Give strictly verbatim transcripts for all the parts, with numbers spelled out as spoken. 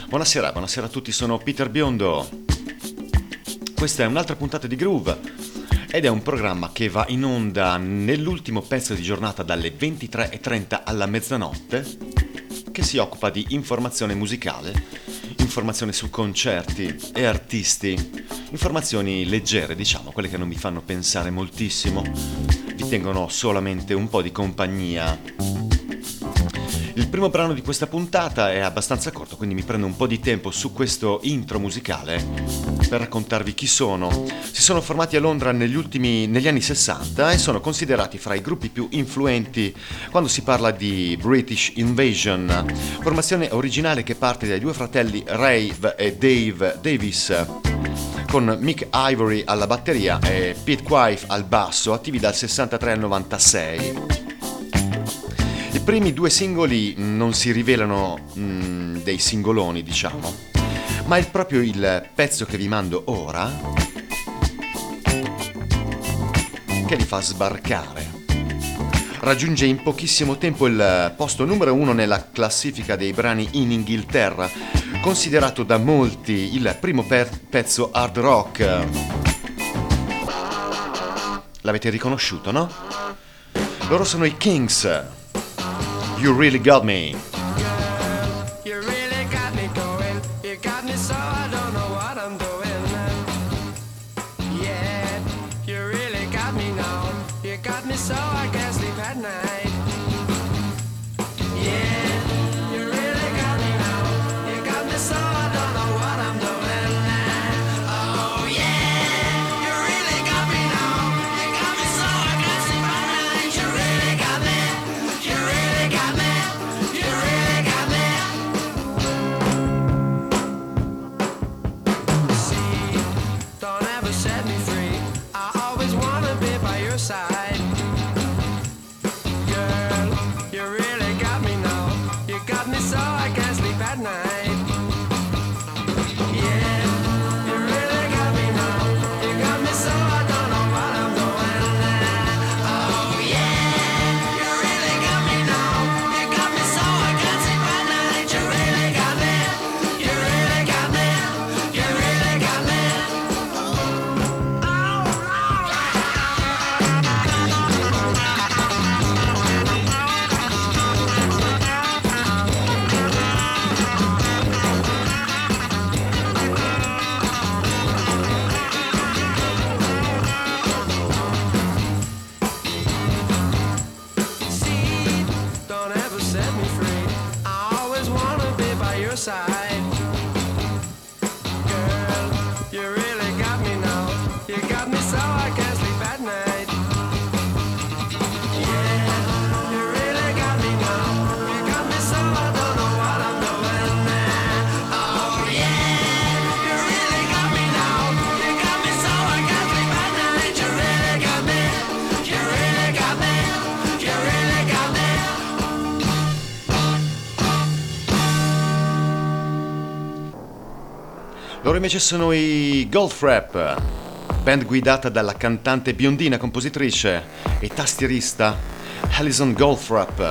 Buonasera, buonasera a tutti, sono Peter Biondo. Questa è un'altra puntata di Groove ed è un programma che va in onda nell'ultimo pezzo di giornata dalle ventitré e trenta alla mezzanotte, che si occupa di informazione musicale, informazione su concerti e artisti, informazioni leggere, diciamo, quelle che non mi fanno pensare moltissimo, vi tengono solamente un po' di compagnia. Il primo brano di questa puntata è abbastanza corto, quindi mi prendo un po' di tempo su questo intro musicale per raccontarvi chi sono. Si sono formati a Londra negli ultimi, negli anni sessanta e sono considerati fra i gruppi più influenti quando si parla di British Invasion, formazione originale che parte dai due fratelli Ray e Dave Davis, con Mick Ivory alla batteria e Pete Quaife al basso, attivi dal sessantatré al novantasei. I primi due singoli non si rivelano mh, dei singoloni, diciamo, ma è proprio il pezzo che vi mando ora che li fa sbarcare. Raggiunge in pochissimo tempo il posto numero uno nella classifica dei brani in Inghilterra, considerato da molti il primo per- pezzo hard rock. L'avete riconosciuto, no? Loro sono i Kings. You Really Got Me. You really got me going. You got me so I don't know what I'm doing. Yeah, you really got me now. You got me so I can't sleep at night. Yeah, you really got me now. You got me so I don't know what I'm doing. Oh yeah, you really got me now. You got me so I can't sleep at night. You really got me. You really got me. You really got me. See, don't ever set me free. I always wanna be by your side. Girl, you really got me now. You got me so I can't sleep at night. Yeah, you really got me now. You got me so I don't know what I'm doing. Oh yeah, you really got me now. You got me so I can't sleep at night. You really got me. You really got me. You really got me. See, don't ever set me free. I always wanna be by your side. Girl, you really got me now. You got me so I can't sleep at night. Yeah, you really got me now. You got me so I don't know what I'm doing. Oh yeah, you really got me now. You got me so I can't sleep at night. You really got me. You really got me. You really got me. Loro invece sono i Goldfrapp, band guidata dalla cantante biondina, compositrice e tastierista Alison Goldfrapp.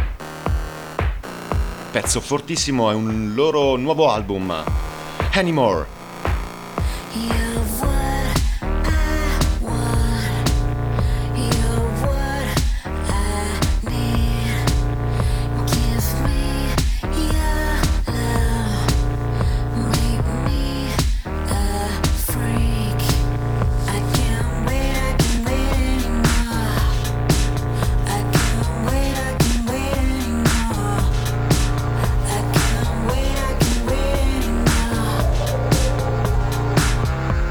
Pezzo fortissimo, è un loro nuovo album, Anymore. You're what I want. You're what I need. Give me your love. Make me a freak. I can't wait, I can't wait anymore. I can't wait, I can't wait anymore. I can't wait, I can't wait anymore.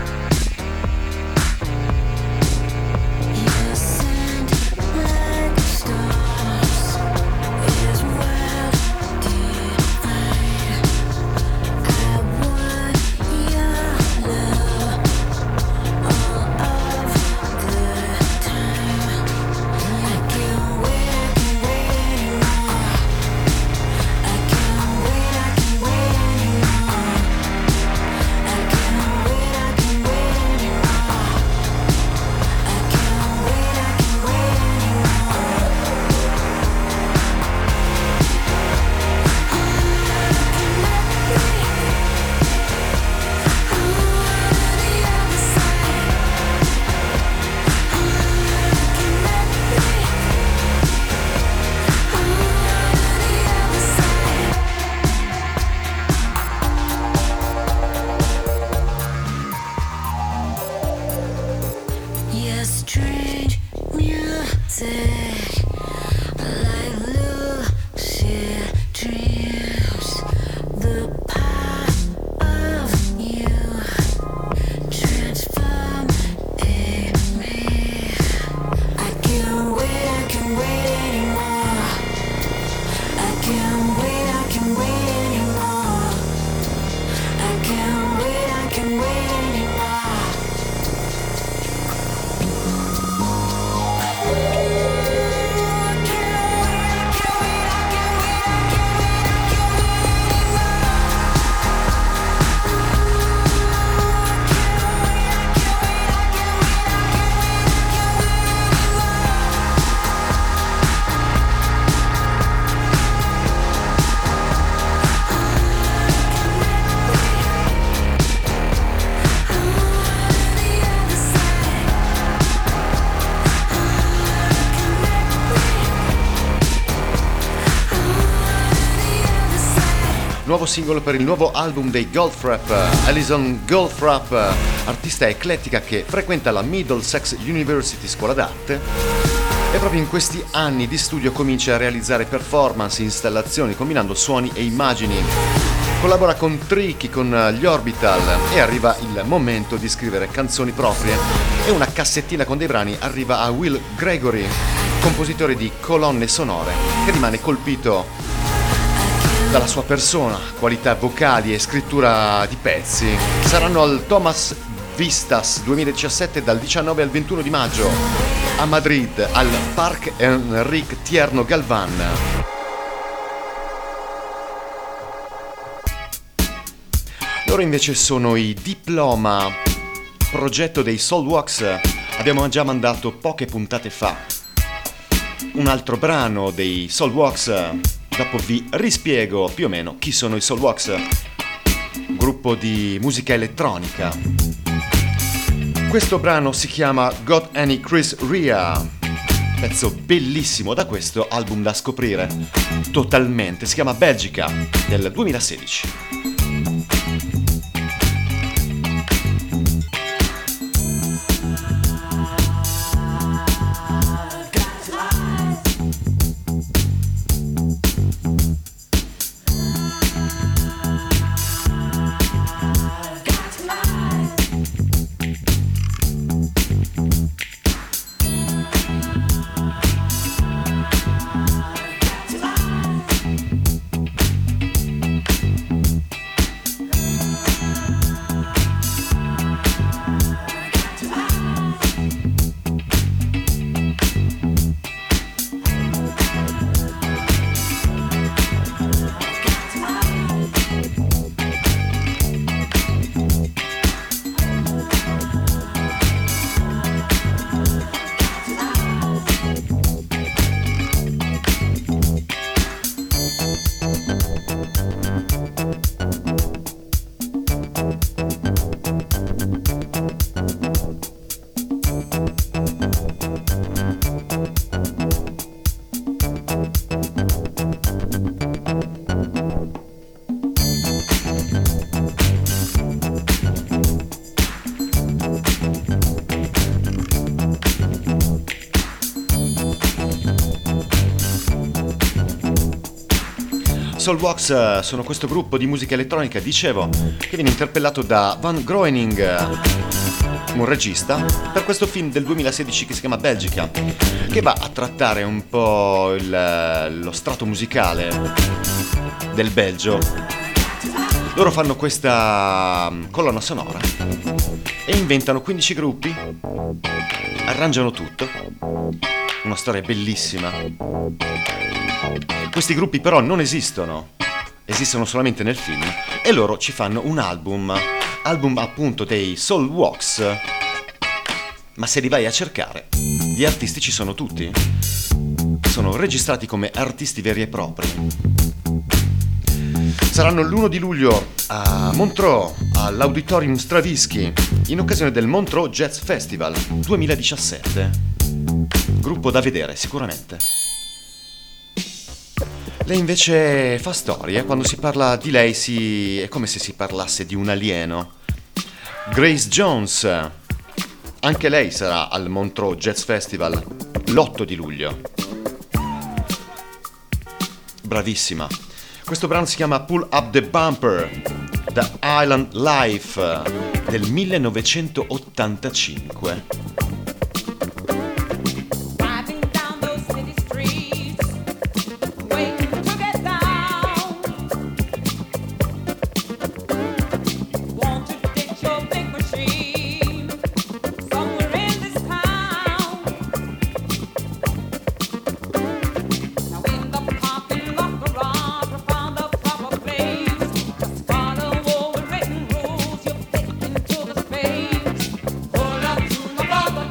nuovo singolo per il nuovo album dei Goldfrapp. Alison Goldfrapp, artista eclettica che frequenta la Middlesex University Scuola d'Arte e proprio in questi anni di studio comincia a realizzare performance, installazioni, combinando suoni e immagini. Collabora con Tricky, con gli Orbital e arriva il momento di scrivere canzoni proprie e una cassettina con dei brani arriva a Will Gregory, compositore di colonne sonore, che rimane colpito dalla sua persona, qualità vocali e scrittura di pezzi. Saranno al Thomas Vistas duemiladiciassette dal diciannove al ventuno di maggio a Madrid al Parc Enrique Tierno Galvan. Loro invece sono i Diploma, progetto dei Soulwax. Abbiamo già mandato poche puntate fa un altro brano dei Soulwax. Dopo vi rispiego più o meno chi sono i Soulwax, gruppo di musica elettronica. Questo brano si chiama Got Any Chris Rea, pezzo bellissimo da questo album da scoprire totalmente, si chiama Belgica del duemilasedici. Soulwax sono questo gruppo di musica elettronica, dicevo, che viene interpellato da Van Groening, un regista, per questo film del duemilasedici che si chiama Belgica, che va a trattare un po' il, lo strato musicale del Belgio. Loro fanno questa colonna sonora e inventano quindici gruppi, arrangiano tutto, una storia bellissima. Questi gruppi però non esistono, esistono solamente nel film e loro ci fanno un album, album appunto dei Soulwax, ma se li vai a cercare, gli artisti ci sono tutti, sono registrati come artisti veri e propri. Saranno l'primo di luglio a Montreux, all'Auditorium Stravinsky, in occasione del Montreux Jazz Festival duemiladiciassette. Gruppo da vedere sicuramente. Lei invece fa storia, quando si parla di lei si... è come se si parlasse di un alieno. Grace Jones, anche lei sarà al Montreux Jazz Festival l'otto di luglio. Bravissima. Questo brano si chiama Pull Up the Bumper, The Island Life del millenovecentottantacinque. Pull up to my brother.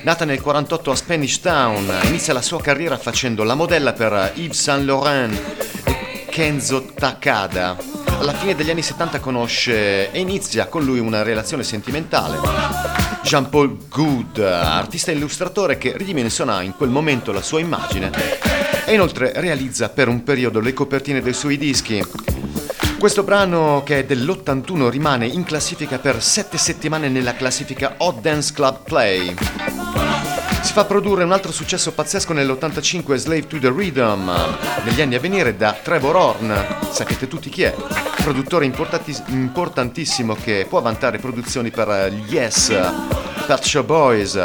Nata nel quarantotto a Spanish Town, inizia la sua carriera facendo la modella per Yves Saint Laurent e Kenzo Takada. Alla fine degli anni settanta conosce e inizia con lui una relazione sentimentale. Jean-Paul Goud, artista e illustratore che ridimensiona in quel momento la sua immagine e inoltre realizza per un periodo le copertine dei suoi dischi. Questo brano, che è dell'ottantuno, rimane in classifica per sette settimane nella classifica Hot Dance Club Play. Si fa produrre un altro successo pazzesco nell'ottantacinque, Slave to the Rhythm, negli anni a venire da Trevor Horn, sapete tutti chi è, produttore importantis- importantissimo che può vantare produzioni per gli Yes, Pet Shop Boys.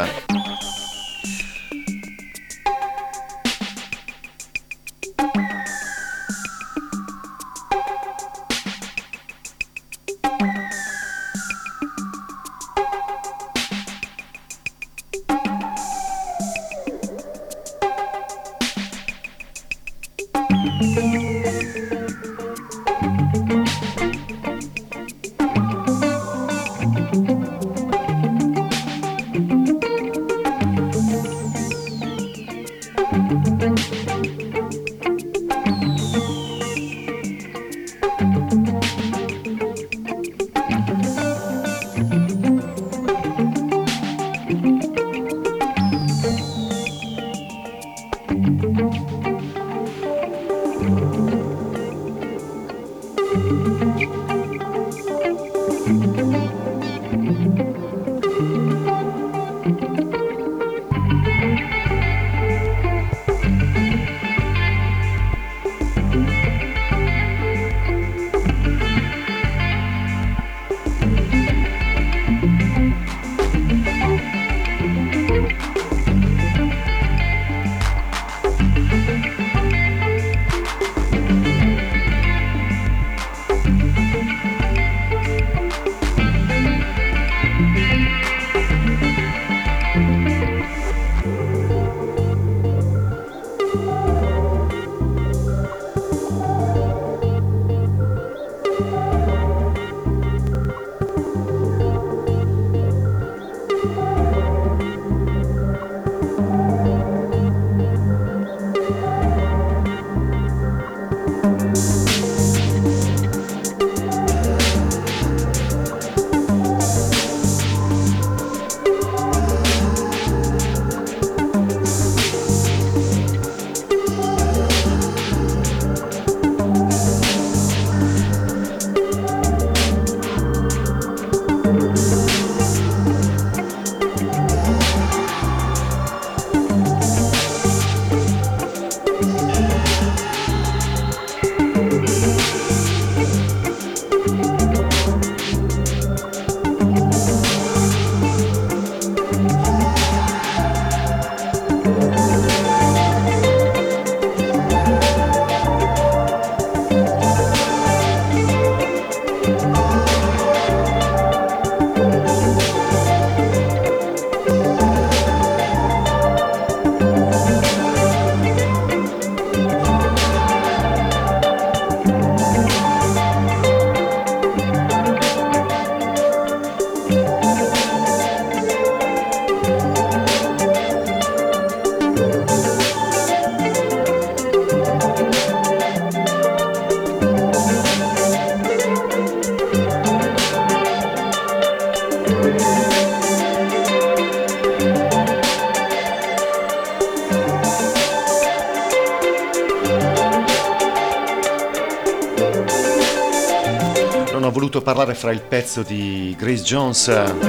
Voluto parlare fra il pezzo di Grace Jones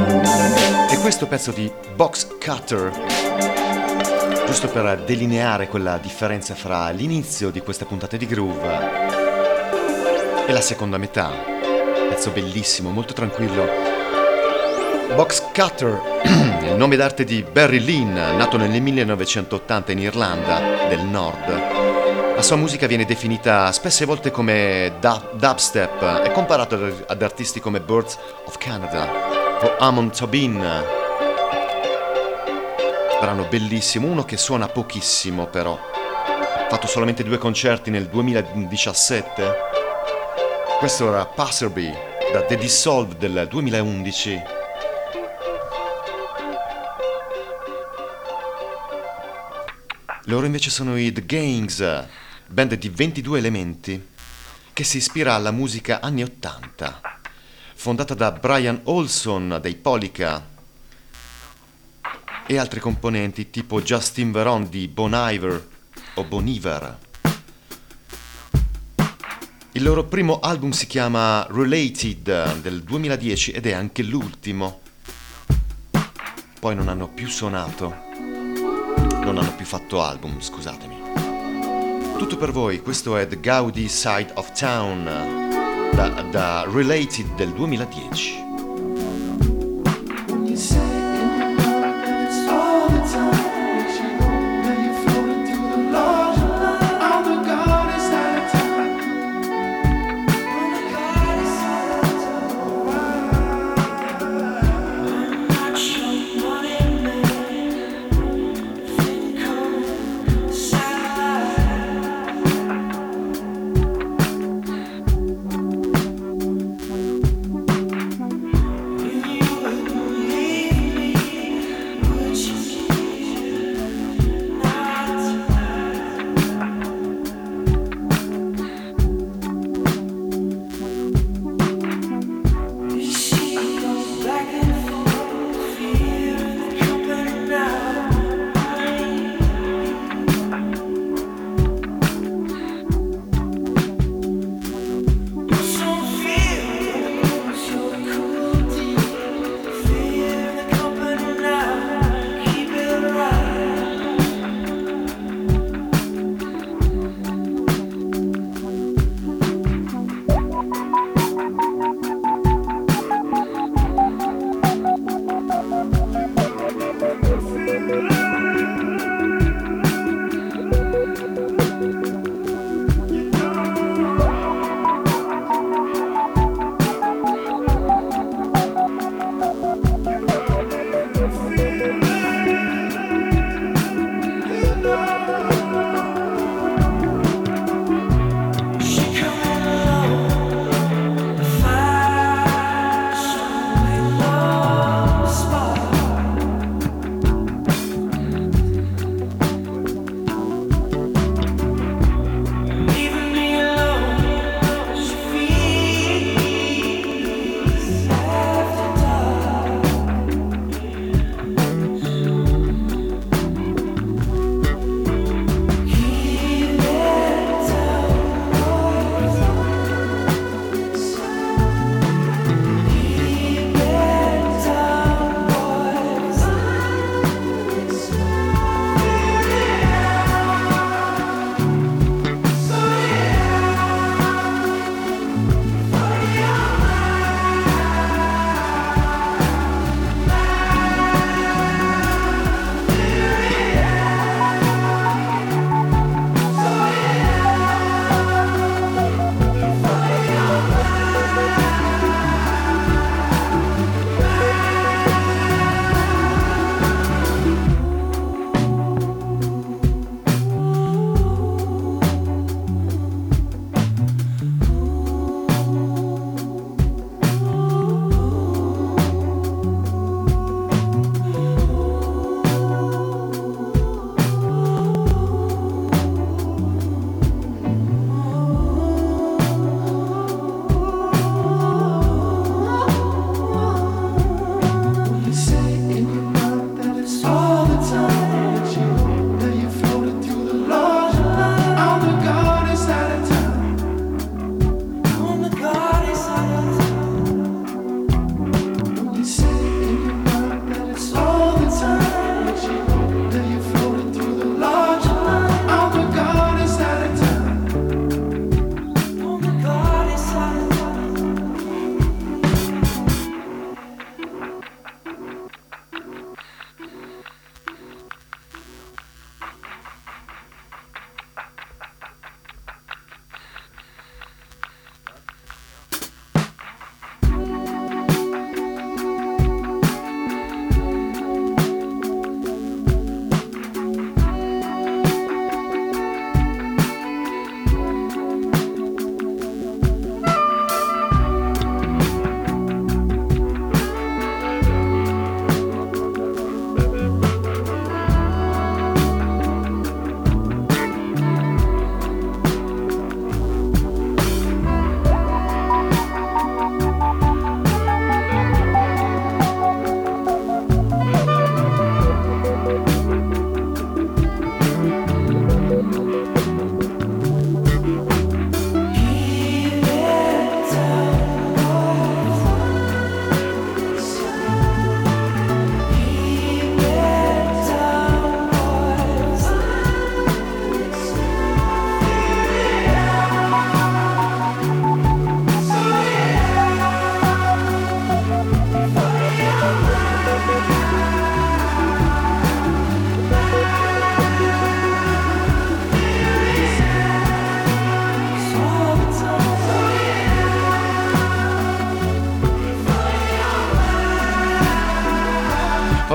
e questo pezzo di Box Cutter, giusto per delineare quella differenza fra l'inizio di questa puntata di Groove e la seconda metà. Pezzo bellissimo, molto tranquillo. Box Cutter è il nome d'arte di Barry Lynn, nato nel millenovecentottanta in Irlanda del Nord. La sua musica viene definita spesse volte come dub- dubstep e comparata ad artisti come Birds of Canada o Amon Tobin. Brano bellissimo, uno che suona pochissimo però. Ha fatto solamente due concerti nel duemiladiciassette. Questo era Passerby da The Dissolve del duemilaundici. Loro invece sono i The Gangs, band di ventidue elementi che si ispira alla musica anni ottanta, fondata da Brian Olson dei Polica e altri componenti tipo Justin Veron di Bon Iver o Bon Iver. Il loro primo album si chiama Related del duemiladieci ed è anche l'ultimo. Poi non hanno più suonato, non hanno più fatto album, scusatemi. Tutto per voi, questo è The Gaudi Side of Town da, da Related del duemiladieci. When you say in the dark that it's all the time, makes you know that you're floating through the larger line. I'm the god inside of time. I'm the god inside of time. I'm not somebody man. Think come inside.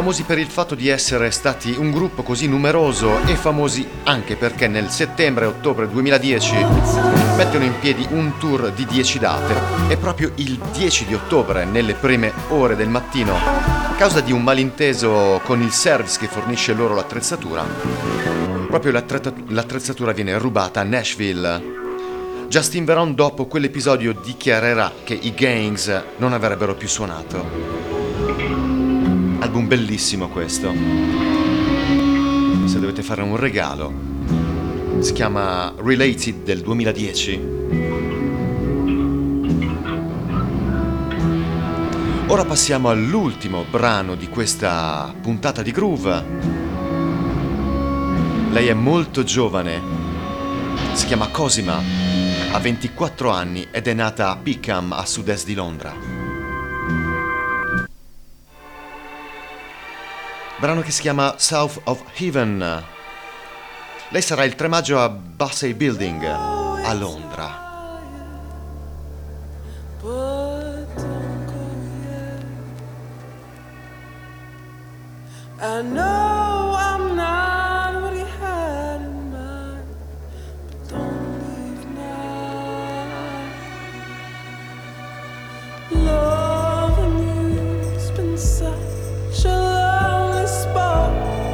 famosi per il fatto di essere stati un gruppo così numeroso e famosi anche perché nel settembre e ottobre duemiladieci mettono in piedi un tour di dieci date e proprio il dieci di ottobre, nelle prime ore del mattino, a causa di un malinteso con il service che fornisce loro l'attrezzatura, proprio l'attre- l'attrezzatura viene rubata a Nashville. Justin Vernon dopo quell'episodio dichiarerà che i Gangs non avrebbero più suonato. Album bellissimo questo. Se dovete fare un regalo, si chiama Related del duemiladieci. Ora passiamo all'ultimo brano di questa puntata di Groove. Lei è molto giovane, si chiama Cosima. Ha ventiquattro anni ed è nata a Peckham, a sud-est di Londra. Brano che si chiama South of Heaven. Lei sarà il tre maggio a Bussey Building a Londra. But don't go yet. I know I'm not what you had in mind, but don't leave now. Loving you's been such a lonely spot.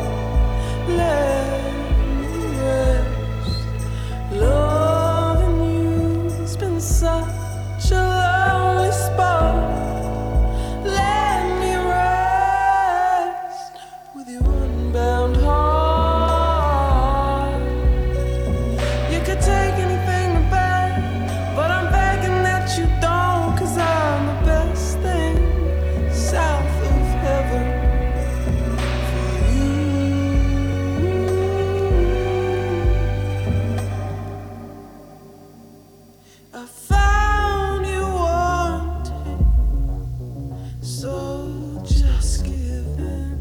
Let me rest. Loving you's been such a lonely spot. Let me rest with your unbound heart. You could take anything to bed, but I'm begging that you don't, 'cause I'm the best thing south of heaven for you. I found you wanting, so just give in.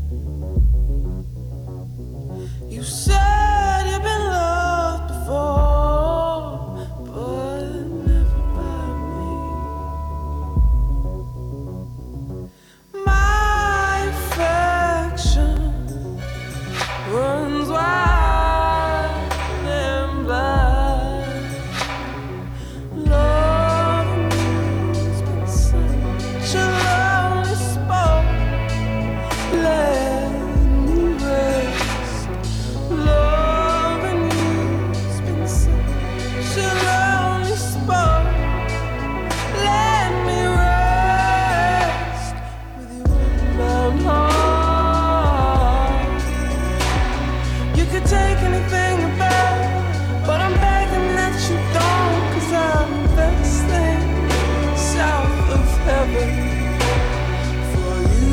You said you've been loved before, but never by me. My affection runs wide and blind. Loving you's been such a lonely spot. Let me rest. Loving you's been such a lonely spot. Let me rest with your unbound heart. You could take anything to bed, but I'm begging that you don't, 'cause I'm the best thing south of heaven for you.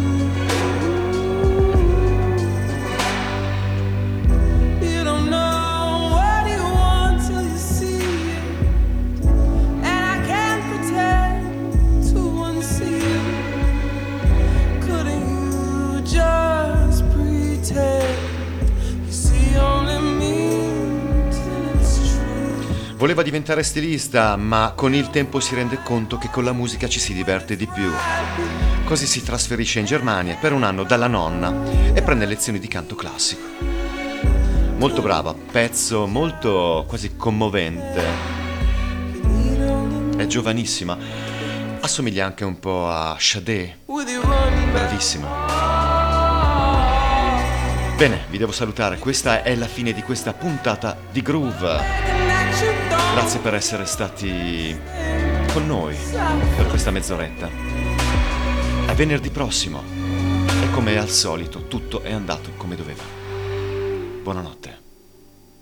You don't know what you want till you see it, and I can't pretend to unsee it. Couldn't you just pretend you see only me till it's true? Voleva diventare stilista, ma con il tempo si rende conto che con la musica ci si diverte di più. Così si trasferisce in Germania per un anno dalla nonna e prende lezioni di canto classico. Molto brava, pezzo molto quasi commovente. È giovanissima, assomiglia anche un po' a Sade, With your unbound bravissima. Bene, vi devo salutare, questa è la fine di questa puntata di Groove. that you don't Grazie per essere stati con noi per questa mezz'oretta. A venerdì prossimo e come al solito tutto è andato come doveva. Buonanotte.